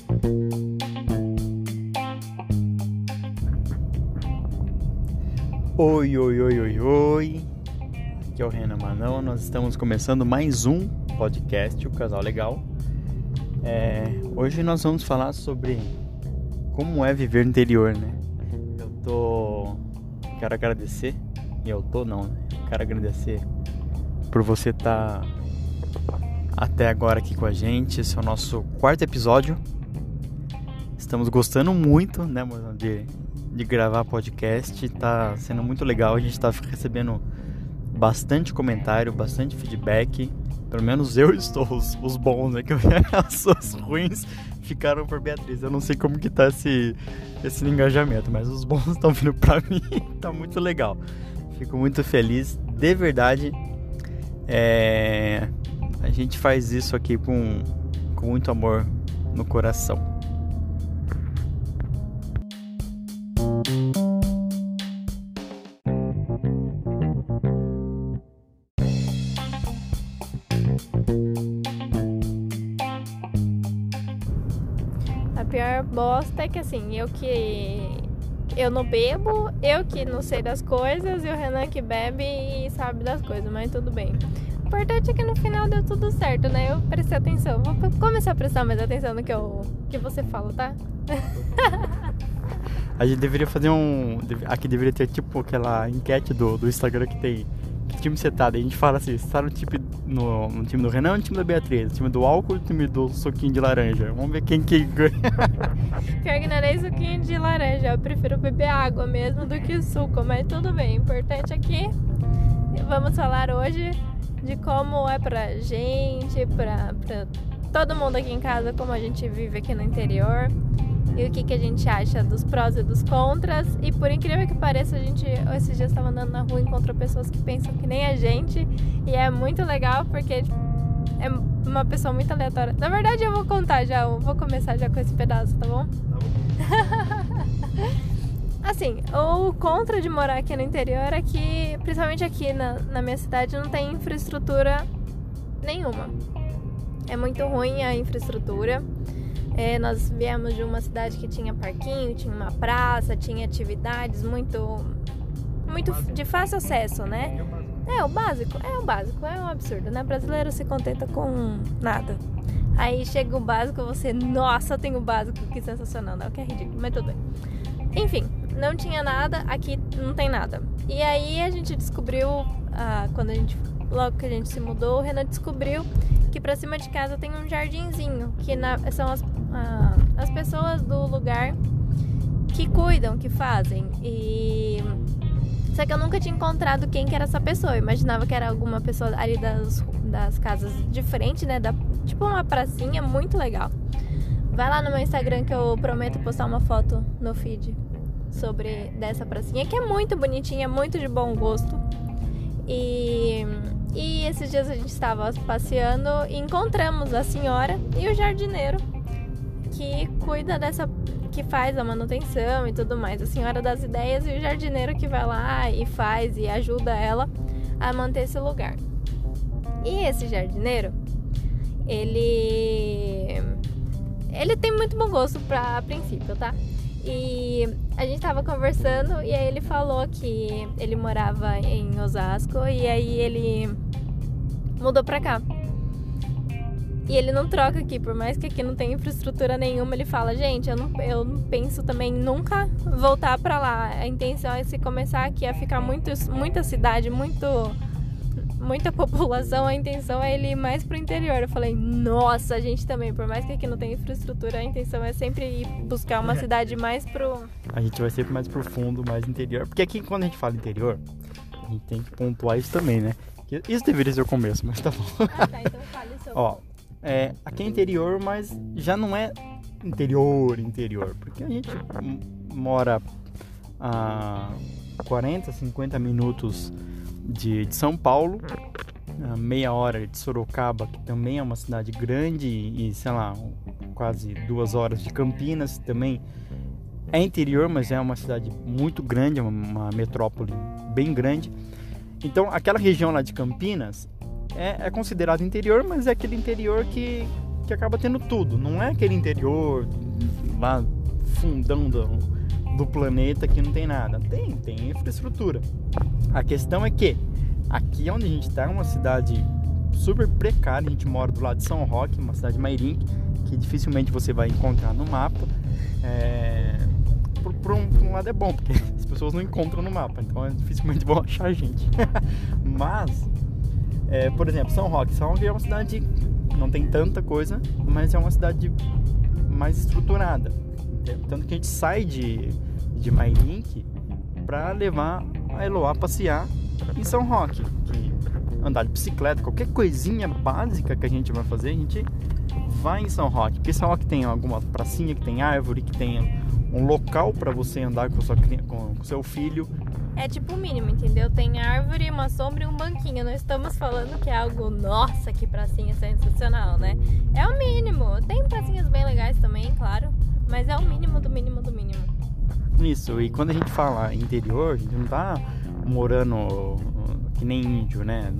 Oi, oi, oi, oi, oi. Aqui é o Renan Manão. Nós estamos começando mais um podcast, o Casal Legal. Hoje nós vamos falar sobre como é viver no interior, né? Quero agradecer. Quero agradecer por você estar até agora aqui com a gente. Esse é o nosso 4º episódio. Estamos gostando muito, né, mano, de gravar podcast. Tá sendo muito legal. A gente tá recebendo bastante comentário, bastante feedback. Pelo menos eu estou, os bons, né? Que os ruins ficaram por Beatriz. Eu não sei como que tá esse engajamento, mas os bons estão vindo pra mim. Tá muito legal. Fico muito feliz, de verdade. A gente faz isso aqui com muito amor no coração. A pior bosta é que assim, eu não bebo, eu que não sei das coisas, e o Renan que bebe e sabe das coisas, mas tudo bem. O importante é que no final deu tudo certo, né? Eu prestei atenção, vou começar a prestar mais atenção no que você fala, tá? A gente deveria fazer aqui deveria ter tipo aquela enquete do Instagram que tem que time você tá. Daí a gente fala assim, você tá no time do Renan ou no time da Beatriz? No time do álcool ou no time do suquinho de laranja? Vamos ver quem que ganha. Pior que não é nem suquinho de laranja, eu prefiro beber água mesmo do que suco, mas tudo bem. O importante é que vamos falar hoje de como é pra gente, pra todo mundo aqui em casa, como a gente vive aqui no interior. E o que a gente acha dos prós e dos contras. E por incrível que pareça, esses dias estava andando na rua e encontrou pessoas que pensam que nem a gente. E é muito legal porque é uma pessoa muito aleatória. Na verdade eu vou contar já, eu vou começar já com esse pedaço, tá bom? Assim, o contra de morar aqui no interior é que, principalmente aqui na minha cidade, não tem infraestrutura nenhuma. É muito ruim a infraestrutura. Nós viemos de uma cidade que tinha parquinho, tinha uma praça, tinha atividades muito de fácil acesso, né? É o básico, é um absurdo, né? Brasileiro se contenta com nada. Aí chega o básico, você, nossa, tem o básico, que sensacional, não, que é ridículo, mas tudo bem. Enfim, não tinha nada, aqui não tem nada. E aí a gente descobriu, logo que a gente se mudou, o Renan descobriu que pra cima de casa tem um jardinzinho, que são as pessoas do lugar que cuidam, que fazem. Só que eu nunca tinha encontrado quem que era essa pessoa. Eu imaginava que era alguma pessoa ali das casas de frente, né? Tipo uma pracinha, muito legal. Vai lá no meu Instagram que eu prometo postar uma foto no feed dessa pracinha, que é muito bonitinha, muito de bom gosto. E esses dias a gente estava passeando e encontramos a senhora e o jardineiro que cuida que faz a manutenção e tudo mais. A senhora das ideias e o jardineiro que vai lá e faz e ajuda ela a manter esse lugar. E esse jardineiro, ele tem muito bom gosto a princípio, tá? E a gente tava conversando e aí ele falou que ele morava em Osasco e aí ele mudou pra cá. E ele não troca aqui, por mais que aqui não tenha infraestrutura nenhuma, ele fala, gente, eu não penso também nunca voltar pra lá. A intenção é se começar aqui a ficar muita cidade, muita população, a intenção é ele ir mais pro interior. Eu falei, nossa, a gente também, por mais que aqui não tenha infraestrutura, a intenção é sempre ir buscar uma cidade mais pro... A gente vai sempre mais pro fundo, mais interior. Porque aqui, quando a gente fala interior, a gente tem que pontuar isso também, né? Isso deveria ser o começo, mas tá bom. Ah, tá, então fale sobre. Ó, aqui é interior, mas já não é interior, porque a gente mora a 40, 50 minutos de São Paulo, meia hora de Sorocaba, que também é uma cidade grande, e sei lá, quase 2 horas de Campinas, também é interior, mas é uma cidade muito grande, uma metrópole bem grande. Então aquela região lá de Campinas é considerado interior, mas é aquele interior que que acaba tendo tudo. Não é aquele interior lá fundão do planeta que não tem nada. Tem infraestrutura. A questão é que aqui onde a gente está é uma cidade super precária. A gente mora do lado de São Roque, uma cidade de Mairink, que dificilmente você vai encontrar no mapa. Por um lado é bom, porque as pessoas não encontram no mapa, então dificilmente vão achar a gente. Mas, por exemplo, São Roque é uma cidade, não tem tanta coisa, mas é uma cidade mais estruturada. Tanto que a gente sai de Mairink para levar a Eloá a passear em São Roque. Que andar de bicicleta, qualquer coisinha básica que a gente vai fazer, a gente vai em São Roque. Porque São Roque tem alguma pracinha, que tem árvore, que tem um local para você andar com seu filho. É tipo o mínimo, entendeu? Tem árvore, uma sombra e um banquinho. Não estamos falando que é algo, nossa, que pracinha sensacional, né? É o mínimo. Tem pracinhas bem legais também, claro, mas é o mínimo do mínimo do mínimo. Isso, e quando a gente fala interior, a gente não tá morando que nem índio, né?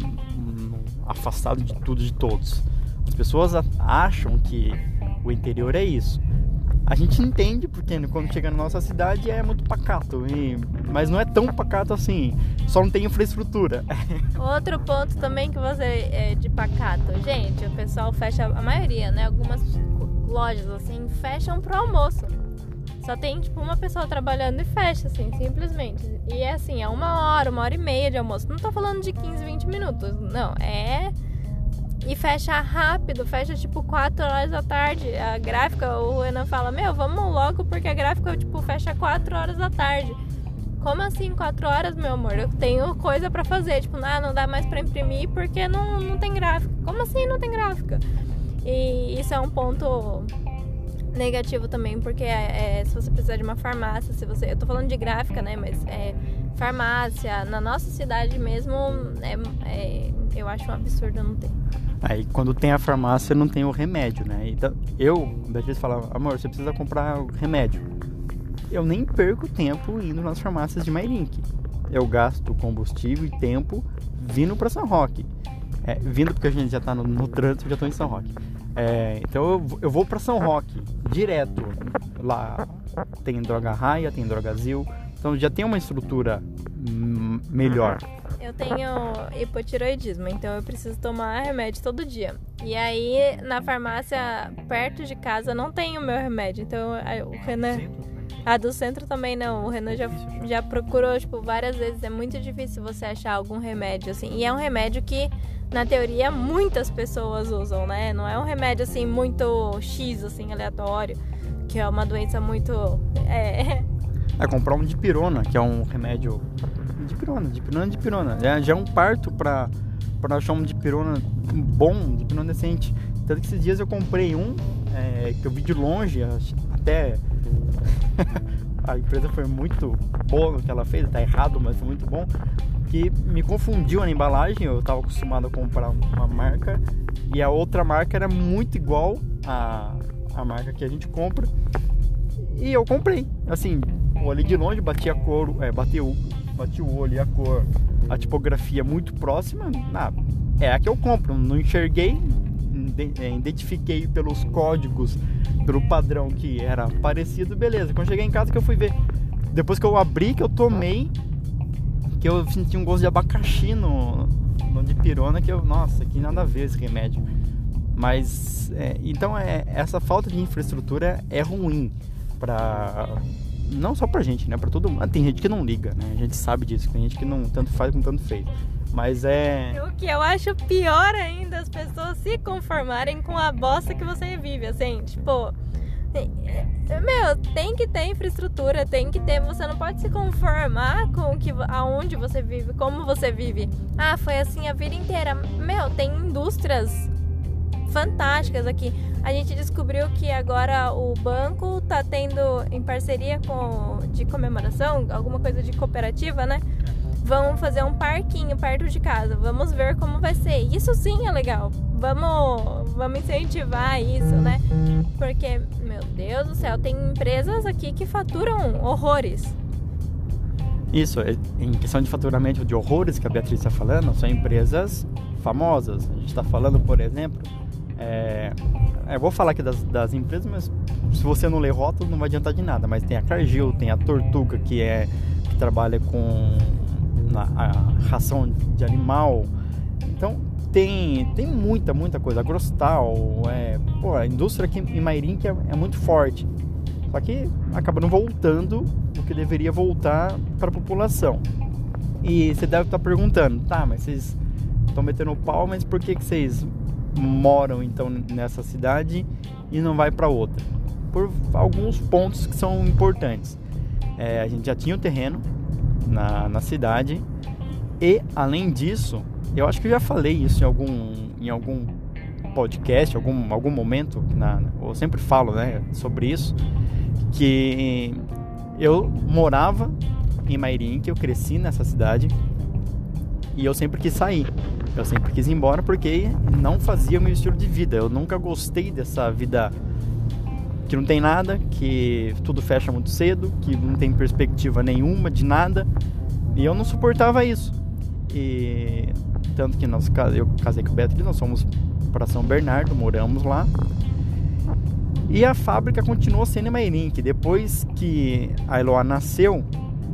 Afastado de tudo e de todos. As pessoas acham que o interior é isso. A gente entende, porque quando chega na nossa cidade é muito pacato, mas não é tão pacato assim, só não tem infraestrutura. Outro ponto também que você é de pacato, gente, o pessoal fecha, a maioria, né, algumas lojas assim, fecham pro almoço. Só tem tipo uma pessoa trabalhando e fecha assim, simplesmente. E é assim, é 1 hora e meia de almoço. Não tô falando de 15, 20 minutos, não, E fecha rápido, fecha tipo 4 horas da tarde. A gráfica, o Renan fala, vamos logo porque a gráfica tipo fecha 4 horas da tarde. Como assim 4 horas, meu amor? Eu tenho coisa pra fazer, tipo, não dá mais pra imprimir porque não tem gráfica. Como assim não tem gráfica? E isso é um ponto negativo também, porque se você precisar de uma farmácia, eu tô falando de gráfica, né, mas farmácia, na nossa cidade mesmo, eu acho um absurdo não ter. Aí quando tem a farmácia não tem o remédio, né? Então, Beatriz falava, amor, você precisa comprar o remédio. Eu nem perco tempo indo nas farmácias de Mairink. Eu gasto combustível e tempo vindo para São Roque. Vindo porque a gente já tá no trânsito, já tô em São Roque. Então eu vou para São Roque direto. Lá tem Droga Raia, tem Drogazil. Então já tem uma estrutura melhor. Eu tenho hipotireoidismo, então eu preciso tomar remédio todo dia. E aí, na farmácia perto de casa não tem o meu remédio. Então, o Renan... A do centro também não. O Renan já procurou, tipo, várias vezes. É muito difícil você achar algum remédio, assim. E é um remédio que, na teoria, muitas pessoas usam, né? Não é um remédio, assim, muito X, assim, aleatório. Que é uma doença muito... comprar um dipirona, que é um remédio... Dipirona. Já é um parto pra achar um dipirona bom, dipirona decente. Tanto que esses dias eu comprei que eu vi de longe, até a empresa foi muito boa no que ela fez, tá errado, mas foi muito bom, que me confundiu na embalagem. Eu tava acostumado a comprar uma marca e a outra marca era muito igual à marca que a gente compra, e eu comprei, assim, olhei de longe, bati a cor, bati o olho e a cor, a tipografia muito próxima, é a que eu compro. Não enxerguei, identifiquei pelos códigos, pelo padrão que era parecido, beleza. Quando cheguei em casa que eu fui ver, depois que eu abri, que eu tomei, que eu senti um gosto de abacaxi no dipirona, nossa, que nada a ver esse remédio. Mas, então essa falta de infraestrutura é ruim não só pra gente, né? Pra todo mundo. Tem gente que não liga, né? A gente sabe disso. Tem gente que não tanto faz como tanto fez. Mas O que eu acho pior ainda, as pessoas se conformarem com a bosta que você vive, assim, tipo... tem que ter infraestrutura, tem que ter... Você não pode se conformar com aonde você vive, como você vive. Foi assim a vida inteira. Tem indústrias fantásticas aqui. A gente descobriu que agora o banco tá tendo, em parceria de comemoração, alguma coisa de cooperativa, né? Vão fazer um parquinho perto de casa. Vamos ver como vai ser. Isso sim é legal. Vamos incentivar isso, né? Porque, meu Deus do céu, tem empresas aqui que faturam horrores. Isso, em questão de faturamento de horrores que a Beatriz está falando, são empresas famosas. A gente está falando, por exemplo, Eu vou falar aqui das empresas, mas se você não ler rótulo não vai adiantar de nada. Mas tem a Cargill, tem a Tortuga, que trabalha com a ração de animal. Então tem muita coisa. A Grostal, a indústria aqui em Mairim que é muito forte. Só que acaba não voltando o que deveria voltar para a população. E você deve estar perguntando, tá, mas vocês estão metendo o pau, mas por que vocês moram então nessa cidade e não vai para outra? Por alguns pontos que são importantes. A gente já tinha o terreno na cidade e, além disso, eu acho que eu já falei isso em algum podcast, algum momento, eu sempre falo, né, sobre isso, que eu morava em Mairim, que eu cresci nessa cidade e eu sempre quis sair. Eu sempre quis ir embora porque não fazia o meu estilo de vida. Eu nunca gostei dessa vida que não tem nada, que tudo fecha muito cedo, que não tem perspectiva nenhuma de nada. E eu não suportava isso. E tanto que eu casei com o Beatriz, nós fomos para São Bernardo, moramos lá. E a fábrica continuou sendo em Mairim, que depois que a Eloá nasceu,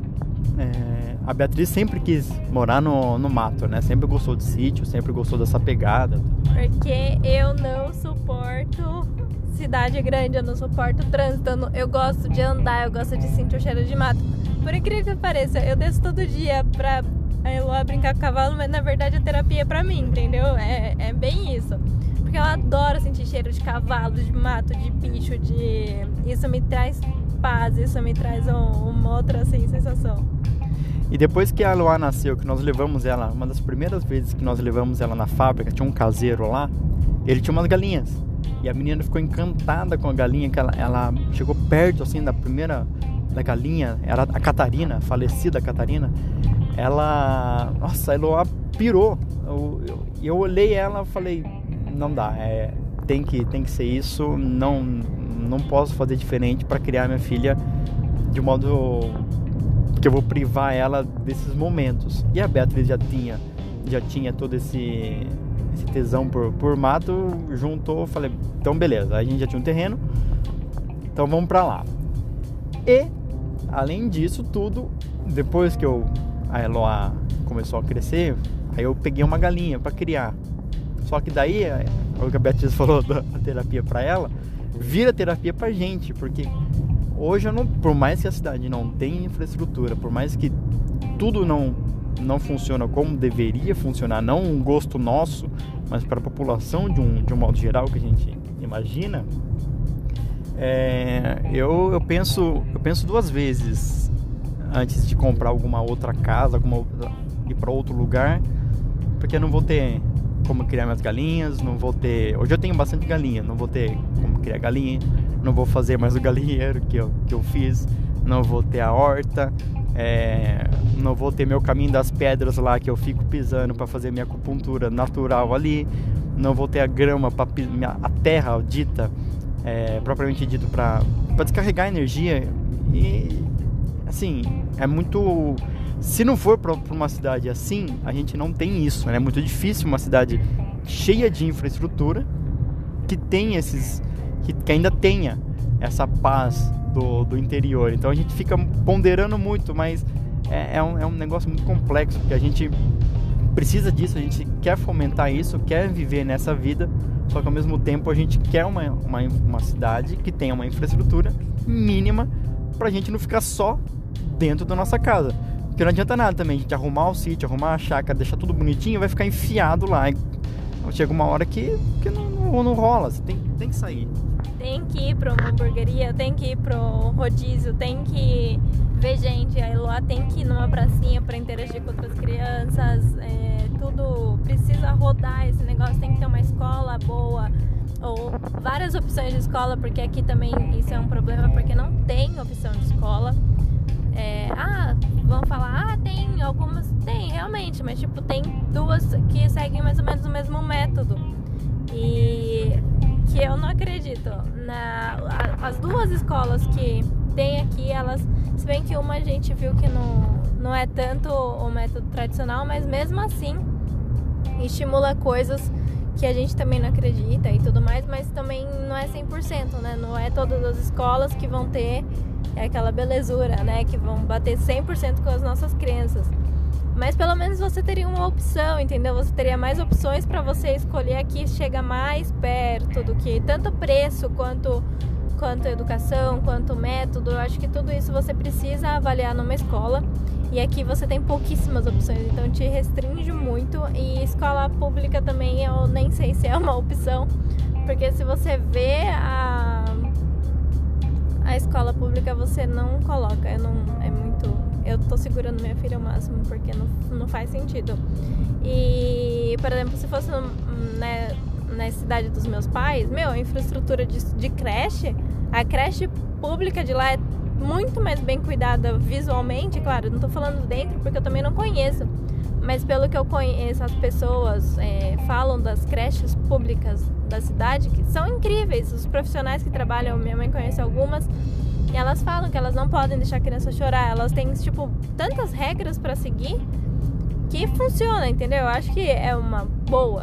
a Beatriz sempre quis morar no mato, né? Sempre gostou de sítio, sempre gostou dessa pegada. Porque eu não suporto cidade grande, eu não suporto trânsito, eu gosto de andar, eu gosto de sentir o cheiro de mato. Por incrível que pareça, eu desço todo dia pra Eloá brincar com o cavalo, mas na verdade a terapia é pra mim, entendeu? É bem isso. Porque eu adoro sentir cheiro de cavalo, de mato, de bicho, isso me traz paz, isso me traz uma outra assim, sensação. E depois que a Eloá nasceu, que nós levamos ela, uma das primeiras vezes que nós levamos ela na fábrica, tinha um caseiro lá, ele tinha umas galinhas. E a menina ficou encantada com a galinha, que ela chegou perto assim da galinha, era a Catarina, a falecida Catarina. Nossa, a Eloá pirou. Eu olhei ela e falei, não dá, tem que ser isso, não posso fazer diferente para criar minha filha de modo que eu vou privar ela desses momentos. E a Beatriz já tinha todo esse tesão por mato, juntou, falei, então beleza, a gente já tinha um terreno, então vamos pra lá. E, além disso tudo, depois que a Eloá começou a crescer, aí eu peguei uma galinha pra criar. Só que daí, o que a Beatriz falou da terapia pra ela, vira terapia pra gente, porque hoje por mais que a cidade não tenha infraestrutura, por mais que tudo não funciona como deveria funcionar, não um gosto nosso, mas para a população de um modo geral que a gente imagina, eu penso duas vezes antes de comprar alguma outra casa, ir para outro lugar, porque eu não vou ter como criar minhas galinhas, não vou ter... Hoje eu tenho bastante galinha, não vou ter como criar galinha, não vou fazer mais o galinheiro que eu fiz, não vou ter a horta, não vou ter meu caminho das pedras lá que eu fico pisando para fazer minha acupuntura natural ali, não vou ter a grama, a terra dita, propriamente dito, para descarregar energia. E assim, é muito... Se não for para uma cidade assim, a gente não tem isso, né? É muito difícil uma cidade cheia de infraestrutura que tem que ainda tenha essa paz do interior. Então a gente fica ponderando muito, mas é um negócio muito complexo, porque a gente precisa disso, a gente quer fomentar isso, quer viver nessa vida, só que ao mesmo tempo a gente quer uma cidade que tenha uma infraestrutura mínima pra gente não ficar só dentro da nossa casa. Porque não adianta nada também a gente arrumar o sítio, arrumar a chácara, deixar tudo bonitinho, vai ficar enfiado lá. Chega uma hora que não rola, você tem que sair. Tem que ir pra uma hamburgueria, tem que ir pro rodízio, tem que ver gente. A Eloá tem que ir numa pracinha pra interagir com outras crianças. Tudo precisa rodar esse negócio, tem que ter uma escola boa. Ou várias opções de escola, porque aqui também isso é um problema, porque não tem opção de escola. Vão falar, tem algumas, tem realmente, mas tipo, tem duas que seguem mais ou menos o mesmo método. E que eu não acredito. As duas escolas que tem aqui, elas, se bem que uma a gente viu que não é tanto o método tradicional, mas mesmo assim estimula coisas que a gente também não acredita e tudo mais, mas também não é 100%, né? Não é todas as escolas que vão ter aquela belezura, né? Que vão bater 100% com as nossas crenças. Mas pelo menos você teria uma opção, entendeu? Você teria mais opções para você escolher aqui, chega mais perto do que tanto preço quanto educação, quanto método. Eu acho que tudo isso você precisa avaliar numa escola. E aqui você tem pouquíssimas opções, então te restringe muito. E escola pública também eu nem sei se é uma opção, porque se você vê a escola pública você não coloca, eu tô segurando minha filha ao máximo, porque não faz sentido. E, por exemplo, se fosse na cidade dos meus pais, a infraestrutura de creche, a creche pública de lá é muito mais bem cuidada visualmente, claro, eu não tô falando dentro porque eu também não conheço, mas pelo que eu conheço, as pessoas falam das creches públicas da cidade, que são incríveis, os profissionais que trabalham, minha mãe conhece algumas, e elas falam que elas não podem deixar a criança chorar, elas têm, tantas regras pra seguir que funciona, entendeu? Eu acho que é uma boa.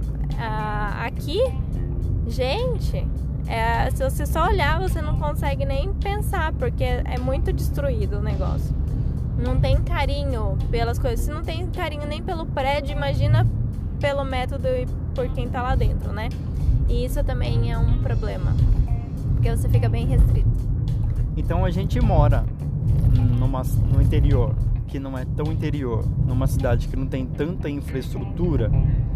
Aqui, gente, se você só olhar, você não consegue nem pensar, porque é muito destruído o negócio. Não tem carinho pelas coisas. Se não tem carinho nem pelo prédio, imagina pelo método e por quem tá lá dentro, né? E isso também é um problema, porque você fica bem restrito. Então a gente mora no interior, que não é tão interior, numa cidade que não tem tanta infraestrutura.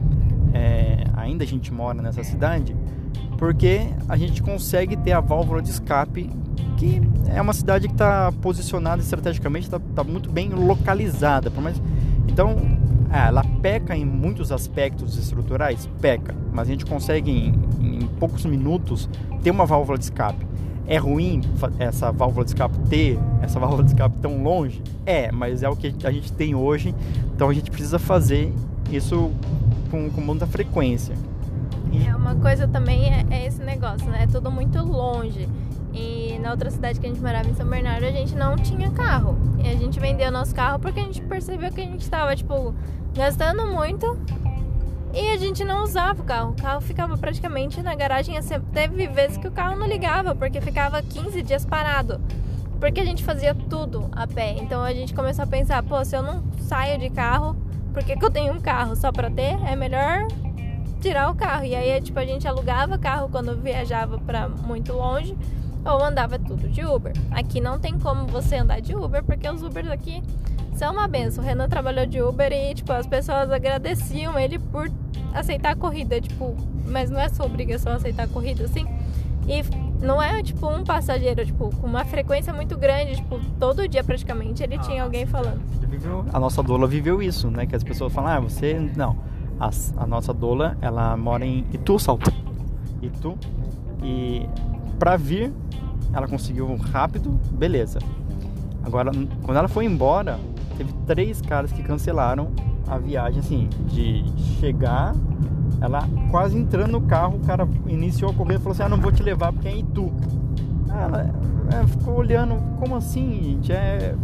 Ainda a gente mora nessa cidade porque a gente consegue ter a válvula de escape, que é uma cidade que está posicionada estrategicamente, está muito bem localizada. Então, ela peca em muitos aspectos estruturais, mas a gente consegue em poucos minutos ter uma válvula de escape. É ruim essa válvula de escape tão longe? Mas é o que a gente tem hoje, então a gente precisa fazer isso com muita frequência. Uma coisa também é esse negócio, né? É tudo muito longe. E na outra cidade que a gente morava, em São Bernardo, a gente não tinha carro. E a gente vendeu nosso carro porque a gente percebeu que a gente estava, gastando muito. E a gente não usava o carro. O carro ficava praticamente na garagem. Teve vezes que o carro não ligava, porque ficava 15 dias parado. Porque a gente fazia tudo a pé. Então a gente começou a pensar, se eu não saio de carro, por que eu tenho um carro só pra ter? É melhor tirar o carro. E aí, a gente alugava carro quando viajava pra muito longe, ou andava tudo de Uber. Aqui não tem como você andar de Uber, porque os Ubers aqui são uma benção. O Renan trabalhou de Uber e, as pessoas agradeciam ele por aceitar a corrida, mas não é sua obrigação aceitar a corrida, assim. E não é, um passageiro, com uma frequência muito grande, todo dia praticamente ele tinha alguém falando. A nossa doula viveu isso, né? Que as pessoas falam, você... Não. A nossa doula, ela mora em Itu, Salto. Itu. E pra vir, ela conseguiu rápido, beleza. Agora, quando ela foi embora, teve 3 caras que cancelaram a viagem, assim, de chegar, ela quase entrando no carro, o cara iniciou a correr e falou assim, não vou te levar porque é em Itu. Ela ficou olhando, como assim, gente?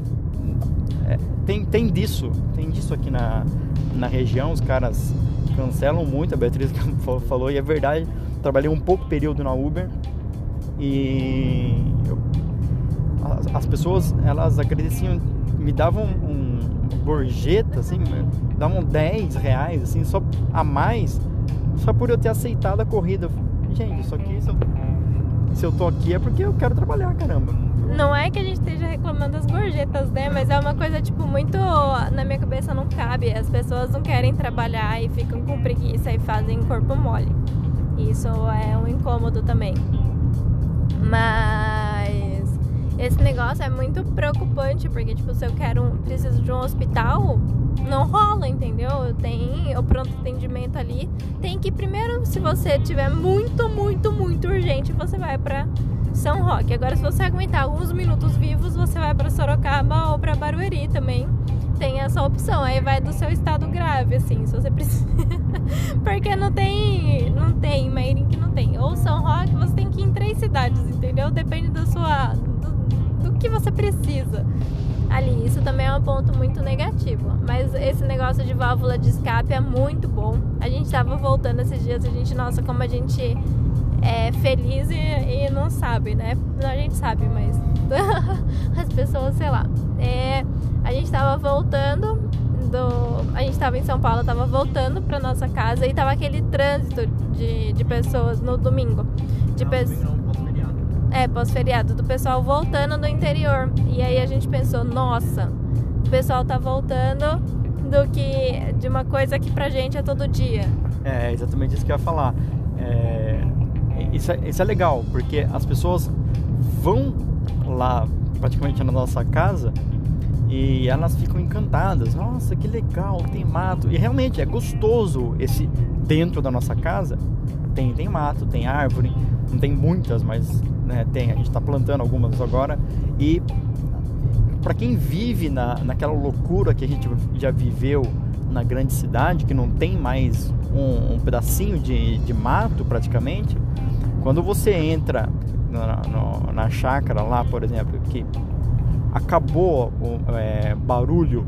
Tem disso aqui na região, os caras cancelam muito, a Beatriz falou, e é verdade. Trabalhei um pouco período na Uber e as pessoas, elas agradeciam, me davam gorjeta, assim, davam R$10, assim, só a mais, só por eu ter aceitado a corrida. Gente, isso aqui, se eu tô aqui é porque eu quero trabalhar, caramba. Não é que a gente esteja reclamando das gorjetas, né? Mas é uma coisa, muito... Na minha cabeça não cabe. As pessoas não querem trabalhar e ficam com preguiça e fazem corpo mole. Isso é um incômodo também. Mas... esse negócio é muito preocupante, porque, se eu preciso de um hospital, não rola, entendeu? O pronto atendimento ali. Tem que, primeiro, se você tiver muito, muito, muito urgente, você vai pra São Roque. Agora, se você aguentar alguns minutos vivos, você vai pra Sorocaba ou pra Barueri também. Tem essa opção. Aí vai do seu estado grave, assim, se você precisa. Porque não tem Mairim que não tem. Ou São Roque, você tem que ir em 3 cidades, entendeu? Depende do que você precisa. ali. Isso também é um ponto muito negativo. Mas esse negócio de válvula de escape é muito bom. A gente tava voltando esses dias, nossa, como a gente é feliz e não sabe, né? Não, a gente sabe, mas as pessoas, sei lá. A gente tava voltando a gente tava em São Paulo, tava voltando pra nossa casa e tava aquele trânsito de pessoas no domingo. Pós-feriado, do pessoal voltando do interior. E aí a gente pensou, nossa, o pessoal tá voltando de uma coisa que pra gente é todo dia. É exatamente isso que eu ia falar. Isso é legal, porque as pessoas vão lá praticamente na nossa casa e elas ficam encantadas. Nossa, que legal, tem mato. E realmente é gostoso esse dentro da nossa casa. Tem mato, tem árvore. Não tem muitas, mas né, a gente está plantando algumas agora. E para quem vive naquela loucura que a gente já viveu na grande cidade, que não tem mais um pedacinho de mato praticamente, quando você entra na chácara lá, por exemplo, que acabou o barulho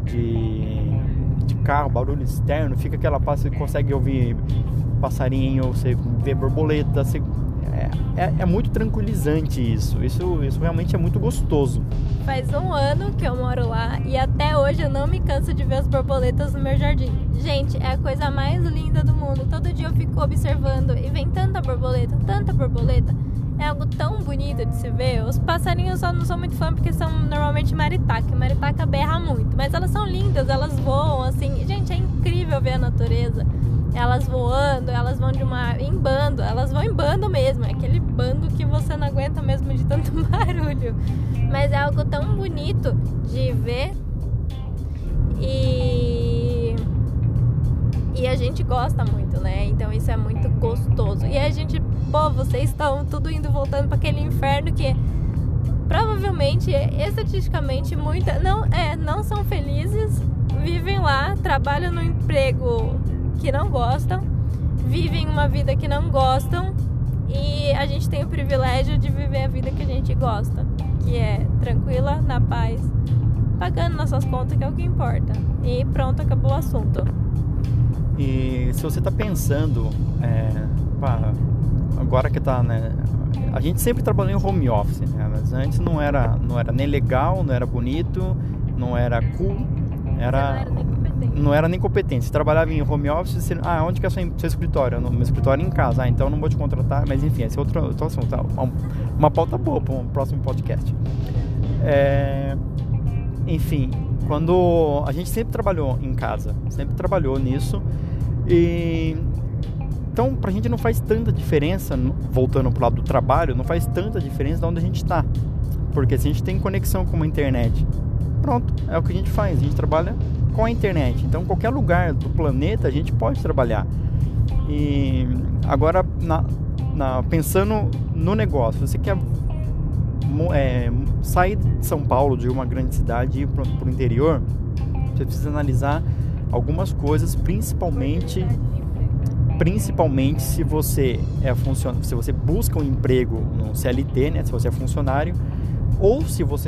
de carro, barulho externo, fica aquela paz, você consegue ouvir passarinho, você vê borboleta, é muito tranquilizante isso realmente é muito gostoso. Faz um ano que eu moro lá e até hoje eu não me canso de ver as borboletas no meu jardim. Gente, é a coisa mais linda do mundo. Todo dia eu fico observando e vem tanta borboleta. É algo tão bonito de se ver. Os passarinhos eu não sou muito fã porque são normalmente maritaca. Maritaca berra muito, mas elas são lindas, elas voam assim. Gente, é incrível ver a natureza. Elas voando, elas vão em bando, elas vão em bando mesmo. É aquele bando que você não aguenta mesmo de tanto barulho. Mas é algo tão bonito de ver e a gente gosta muito, né? Então isso é muito gostoso. E a gente, vocês estão tudo indo voltando para aquele inferno que provavelmente, estatisticamente, não são felizes, vivem lá, trabalham no emprego que não gostam, vivem uma vida que não gostam e a gente tem o privilégio de viver a vida que a gente gosta, que é tranquila, na paz, pagando nossas contas, que é o que importa. E pronto, acabou o assunto. E se você tá pensando, agora que tá, né? A gente sempre trabalhou em home office, né? Mas antes não era nem legal, não era bonito, não era cool, não era nem competente. Você trabalhava em home office, onde que é seu escritório? No meu escritório em casa. Então não vou te contratar, mas enfim, esse é outro assunto, tá? Uma pauta boa para um próximo podcast. Enfim, quando a gente sempre trabalhou em casa, sempre trabalhou nisso, e então pra gente não faz tanta diferença, voltando pro lado do trabalho, não faz tanta diferença de onde a gente está, porque se a gente tem conexão com a internet, pronto, é o que a gente faz, a gente trabalha com a internet. Então qualquer lugar do planeta a gente pode trabalhar. E agora pensando no negócio, você quer sair de São Paulo, de uma grande cidade, e ir para o interior, você precisa analisar algumas coisas, principalmente se você se você busca um emprego no CLT, né, se você é funcionário, ou se você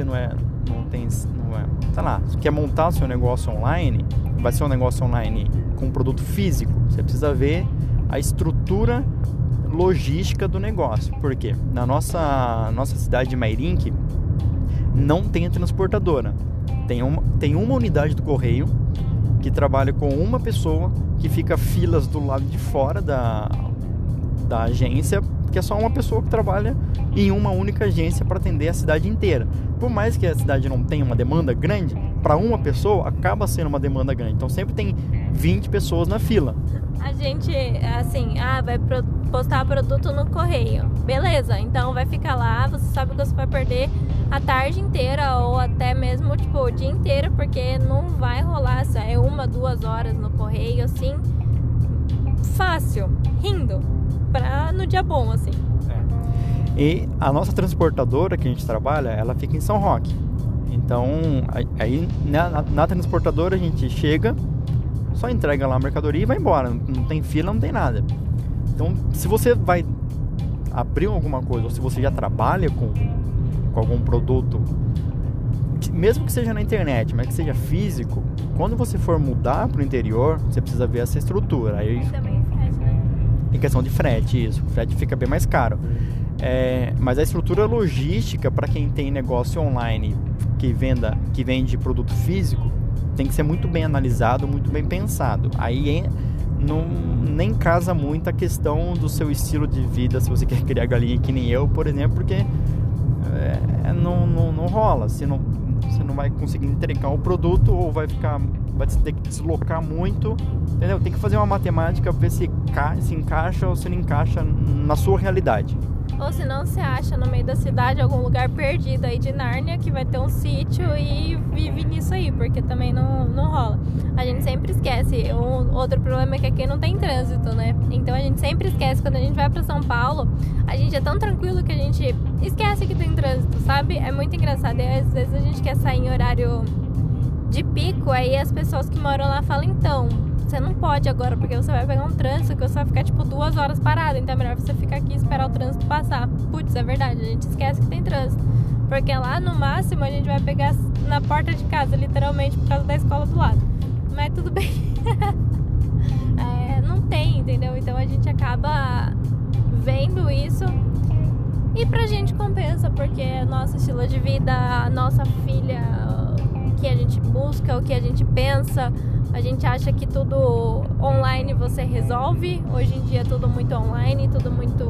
tá lá, se quer montar seu negócio online, vai ser um negócio online com um produto físico, você precisa ver a estrutura logística do negócio. Porque na nossa cidade de Mairinque não tem transportadora, tem uma unidade do correio que trabalha com uma pessoa, que fica filas do lado de fora da agência, que é só uma pessoa que trabalha em uma única agência para atender a cidade inteira. Por mais que a cidade não tenha uma demanda grande, para uma pessoa acaba sendo uma demanda grande. Então sempre tem 20 pessoas na fila. A gente, assim, vai postar produto no correio. Beleza, então vai ficar lá, você sabe que você vai perder a tarde inteira ou até mesmo, o dia inteiro, porque não vai rolar, 1-2 horas no correio, assim, fácil, rindo, no dia bom, assim. E a nossa transportadora que a gente trabalha, ela fica em São Roque. Então, aí na transportadora a gente chega, só entrega lá a mercadoria e vai embora. Não tem fila, não tem nada. Então, se você vai abrir alguma coisa, ou se você já trabalha com algum produto mesmo que seja na internet, mas que seja físico, quando você for mudar pro interior, você precisa ver essa estrutura. Aí, também frete, né? em questão de frete, isso. O frete fica bem mais caro. Mas a estrutura logística para quem tem negócio online que vende produto físico tem que ser muito bem analisado, muito bem pensado. Aí nem casa muito a questão do seu estilo de vida, se você quer criar galinha que nem eu, por exemplo, porque não rola. Você não vai conseguir entregar o produto, ou vai ter que deslocar muito, entendeu? Tem que fazer uma matemática para ver se encaixa ou se não encaixa na sua realidade. Ou se não, você acha no meio da cidade algum lugar perdido aí de Nárnia que vai ter um sítio e vive nisso aí, porque também não rola. A gente sempre esquece. Outro problema é que aqui não tem trânsito, né? Então a gente sempre esquece. Quando a gente vai pra São Paulo, a gente é tão tranquilo que a gente esquece que tem trânsito, sabe? É muito engraçado. E às vezes a gente quer sair em horário de pico, aí as pessoas que moram lá falam, então, você não pode agora, porque você vai pegar um trânsito que você vai ficar, 2 horas parado. Então é melhor você ficar aqui e esperar o trânsito passar. Putz, é verdade, a gente esquece que tem trânsito. Porque lá, no máximo, a gente vai pegar na porta de casa, literalmente, por causa da escola do lado. Mas tudo bem. Não tem, entendeu? Então a gente acaba vendo isso. E pra gente compensa, porque é nosso estilo de vida, a nossa filha, o que a gente busca, o que a gente pensa. A gente acha que tudo online você resolve. Hoje em dia é tudo muito online, tudo muito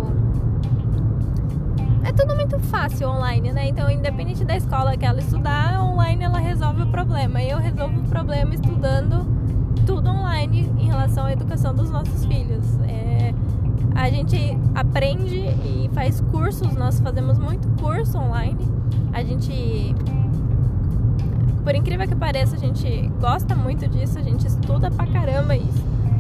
fácil online, né? Então, independente da escola que ela estudar, online ela resolve o problema. E eu resolvo o problema estudando tudo online em relação à educação dos nossos filhos. A gente aprende e faz cursos, nós fazemos muito curso online. A gente... Por incrível que pareça, a gente gosta muito disso, a gente estuda pra caramba isso.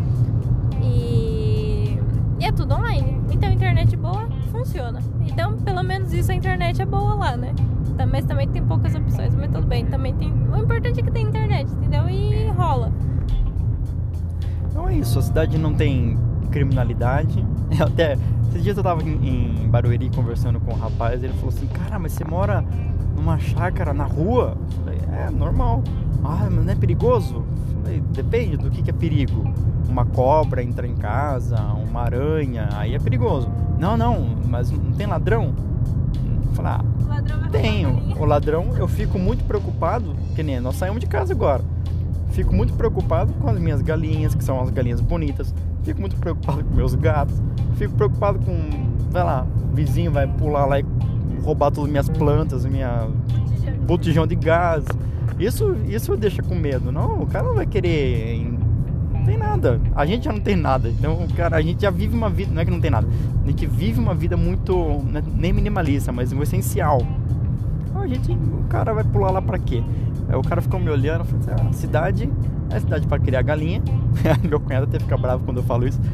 E é tudo online. Então, internet boa, funciona. Então, pelo menos isso, a internet é boa lá, né? Mas também tem poucas opções, mas tudo bem. Também tem... O importante é que tem internet, entendeu? E rola. Então é isso, a cidade não tem criminalidade. Esses dias eu tava em Barueri conversando com um rapaz, ele falou assim, cara, mas você mora numa chácara na rua? Eu falei, normal. Ah, mas não é perigoso? Eu falei, depende do que é perigo. Uma cobra entrar em casa, uma aranha, aí é perigoso. Não, mas não tem ladrão? Eu falei, tenho. O ladrão, eu fico muito preocupado, que nem nós saímos de casa agora. Fico muito preocupado com as minhas galinhas, que são as galinhas bonitas. Fico muito preocupado com meus gatos. Fico preocupado com, o vizinho vai pular lá e roubar todas as minhas plantas, minha botijão de gás. Isso deixa com medo. Não, o cara não vai querer... Não tem nada. A gente já não tem nada. Então, cara, a gente já vive uma vida... Não é que não tem nada. A gente vive uma vida muito... Nem minimalista, mas o essencial. O cara vai pular lá pra quê? Aí o cara ficou me olhando e falou assim, a cidade é a cidade pra criar galinha. Meu cunhado até fica bravo quando eu falo isso.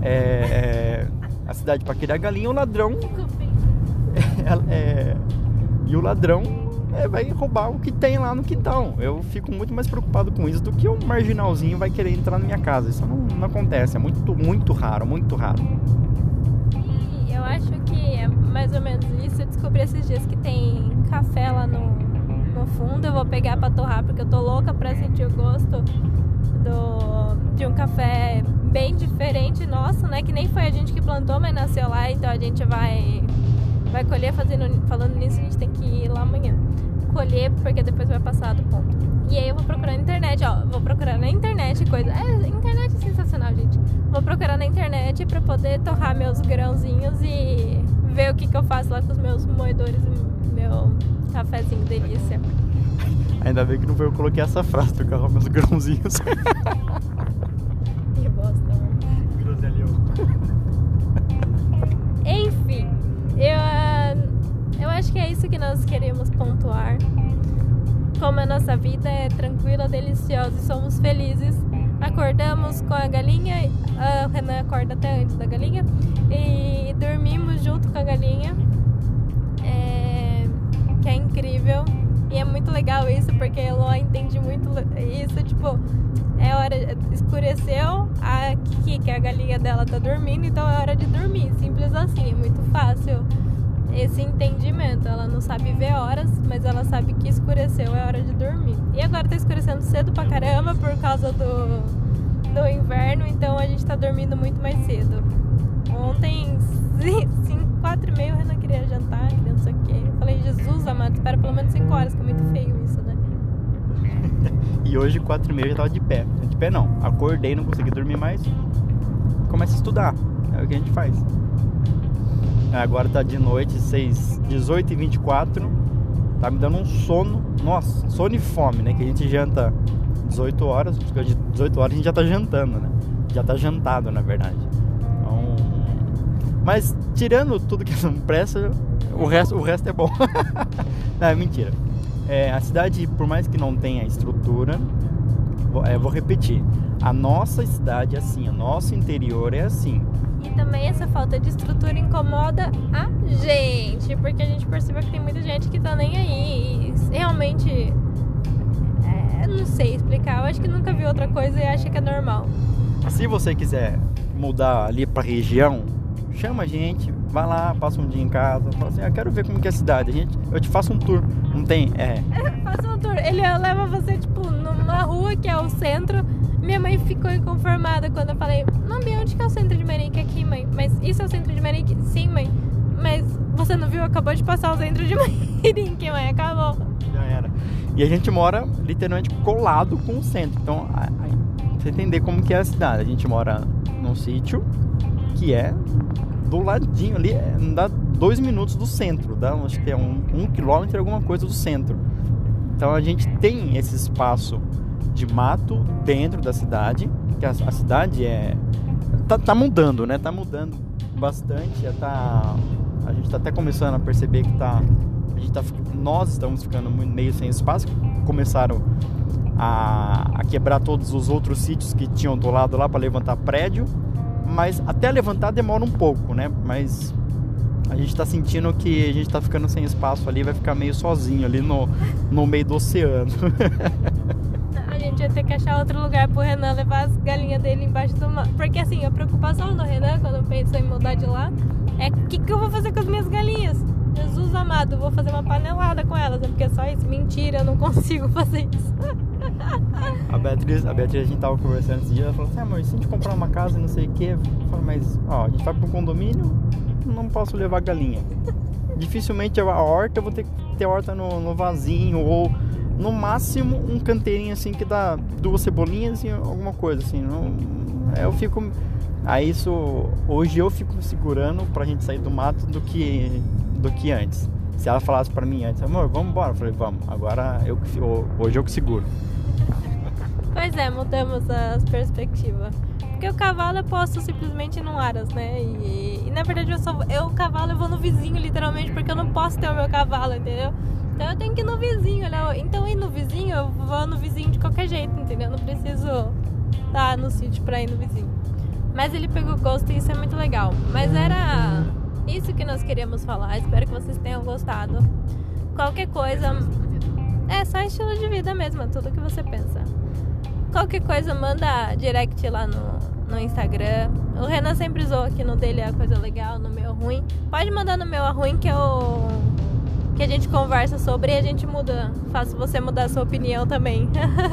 A cidade pra criar galinha, o ladrão... E o ladrão vai roubar o que tem lá no quintal. Eu fico muito mais preocupado com isso do que um marginalzinho vai querer entrar na minha casa. Isso não acontece, é muito, muito raro, muito raro. E eu acho que é mais ou menos isso. Eu descobri esses dias que tem café lá no fundo. Eu vou pegar pra torrar, porque eu tô louca pra sentir o gosto de um café bem diferente nosso, né? Que nem foi a gente que plantou, mas nasceu lá. Então a gente vai colher. Falando nisso, a gente tem que ir lá amanhã colher, porque depois vai passar do ponto. E aí eu vou procurar na internet, vou procurar na internet coisa. Internet é sensacional, gente. Vou procurar na internet pra poder torrar meus grãozinhos e ver o que eu faço lá com os meus moedores, meu cafezinho delícia. Ainda bem que não foi eu coloquei essa frase, torrar meus grãozinhos. Que bosta, mano. Groselhão. Enfim, eu acho que é isso que nós queremos pontuar. Como a nossa vida é tranquila, deliciosa e somos felizes. Acordamos com a galinha, o Renan acorda até antes da galinha, e dormimos junto com a galinha, que é incrível. E é muito legal isso, porque a Eloá entende muito isso, é hora, escureceu, a Kiki, que é a galinha dela, tá dormindo, então é hora de dormir, simples assim, é muito fácil esse entendimento. Ela não sabe ver horas, mas ela sabe que escureceu, é hora de dormir. E agora tá escurecendo cedo pra caramba por causa do inverno, então a gente tá dormindo muito mais cedo. Ontem, 4h30, o Renan queria jantar, queria não sei o quê. Eu falei, Jesus amado, espera pelo menos 5 horas, que é muito feio isso, né? E hoje, 4h30, eu já tava de pé. De pé não, acordei, não consegui dormir mais. Começa a estudar, é o que a gente faz. Agora tá de noite, 18h24. Tá me dando um sono. Nossa, sono e fome, né? Que a gente janta 18 horas. Porque de 18 horas a gente já tá jantando, né? Já tá jantado, na verdade. Então... Mas tirando tudo que não presta, o resto é bom. Não, é mentira. A cidade, por mais que não tenha estrutura, vou repetir. A nossa cidade é assim, o nosso interior é assim. E também essa falta de estrutura incomoda a gente, porque a gente percebe que tem muita gente que tá nem aí. E realmente, não sei explicar. Eu acho que nunca vi outra coisa e acha que é normal. Se você quiser mudar ali pra região, chama a gente, vai lá, passa um dia em casa, fala assim, eu quero ver como que é a cidade. Eu te faço um tour, não tem? Faça um tour. Ele leva você, tipo, numa rua que é o centro. Minha mãe ficou inconformada quando eu falei, não, Bia, onde que é o centro de Marique aqui, mãe? Mas isso é o centro de Marique? Sim, mãe. Mas você não viu? Acabou de passar o centro de Marique, mãe. Acabou. Já era. E a gente mora literalmente colado com o centro. Então, pra você entender como que é a cidade. A gente mora num sítio que é do ladinho ali, dá 2 minutos do centro. Dá, acho que é 1 quilômetro alguma coisa do centro. Então a gente tem esse espaço de mato dentro da cidade, que a cidade tá mudando, né? Tá mudando bastante, a gente tá até começando a perceber que nós estamos ficando meio sem espaço. Começaram a quebrar todos os outros sítios que tinham do lado lá para levantar prédio, mas até levantar demora um pouco, né? Mas a gente tá sentindo que a gente tá ficando sem espaço ali, vai ficar meio sozinho ali no meio do oceano. A gente ia ter que achar outro lugar pro Renan levar as galinhas dele embaixo do mar. Porque assim, a preocupação do Renan, quando pensou em mudar de lá, é o que eu vou fazer com as minhas galinhas? Jesus amado, eu vou fazer uma panelada com elas, né? Porque é só isso. Mentira, eu não consigo fazer isso. A Beatriz, a gente tava conversando esse dia, ela falou assim, amor, se a gente comprar uma casa e não sei o que, eu falei, mas a gente vai pro condomínio, não posso levar galinha. Dificilmente a horta, eu vou ter que ter horta no vasinho, ou no máximo um canteirinho assim que dá 2 cebolinhas e alguma coisa assim. Eu fico... Aí hoje eu fico segurando pra gente sair do mato do que antes. Se ela falasse pra mim antes, amor, vamos embora, eu falei, vamos, agora hoje eu que seguro. Pois é, mudamos as perspectivas. Porque o cavalo eu posso simplesmente ir num aras, né? E na verdade o cavalo eu vou no vizinho, literalmente, porque eu não posso ter o meu cavalo, entendeu? Então eu tenho que ir no vizinho, né? Então ir no vizinho, eu vou no vizinho de qualquer jeito, entendeu? Eu não preciso estar no sítio pra ir no vizinho. Mas ele pegou gosto e isso é muito legal. Mas era isso que nós queríamos falar. Espero que vocês tenham gostado. Qualquer coisa... É só estilo de vida mesmo, tudo que você pensa. Qualquer coisa, manda direct lá no Instagram. O Renan sempre zoa que no dele é a coisa legal, no meu ruim. Pode mandar no meu a ruim que a gente conversa sobre e a gente muda. Faço você mudar a sua opinião também.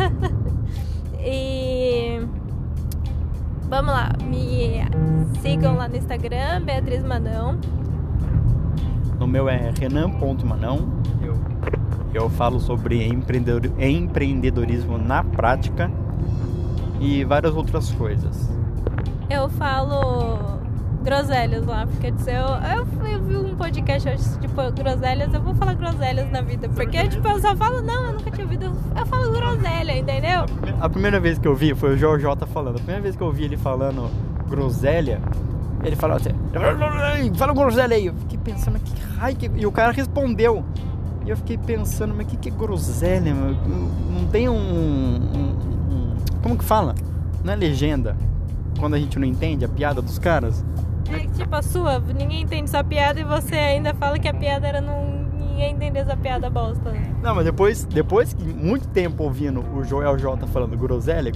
E... Vamos lá, me sigam lá no Instagram, Beatriz Manão. No meu é renan.manão. Eu falo sobre empreendedorismo na prática e várias outras coisas. Eu falo groselhas lá, porque eu vi um podcast hoje, tipo, groselhas, eu vou falar groselhas na vida, porque tipo, eu só falo, não, eu nunca tinha ouvido, eu falo groselha, entendeu? A primeira vez que eu vi foi o Jorjota falando, a primeira vez que eu vi ele falando groselha, ele falou assim, fala groselha aí, eu fiquei pensando, que raio que... E o cara respondeu, e eu fiquei pensando, mas que é groselha, meu? Não tem como que fala? Não é legenda, quando a gente não entende a piada dos caras? É tipo a sua, ninguém entende sua piada e você ainda fala que a piada era ninguém entender essa piada bosta. Não, mas depois que muito tempo ouvindo o Joel J falando groselha,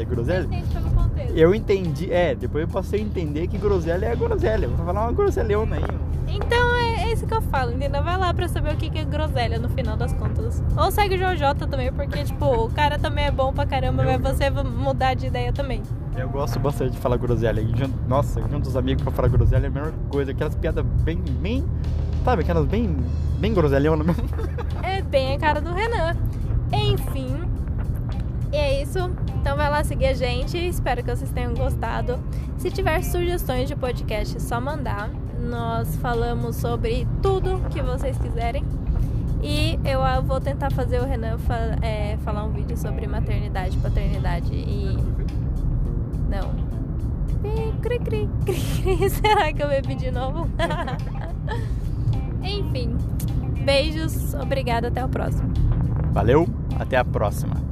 eu entendi, depois eu passei a entender que groselha é groselha, vou falar uma groselhona aí. Então é isso que eu falo, entendeu? Vai lá pra saber o que é groselha no final das contas. Ou segue o Jojota também, porque, tipo, o cara também é bom pra caramba, mas você vai mudar de ideia também. Eu gosto bastante de falar groselha. Nossa, junto dos amigos pra falar groselha é a melhor coisa. Aquelas piadas bem, sabe? Aquelas bem groselhona mesmo. É bem a cara do Renan. Enfim, é isso. Então vai lá seguir a gente. Espero que vocês tenham gostado. Se tiver sugestões de podcast, é só mandar. Nós falamos sobre tudo que vocês quiserem. E eu vou tentar fazer o Renan falar um vídeo sobre maternidade, paternidade e... Não. Será que eu bebi de novo? Enfim. Beijos. Obrigada. Até o próximo. Valeu. Até a próxima.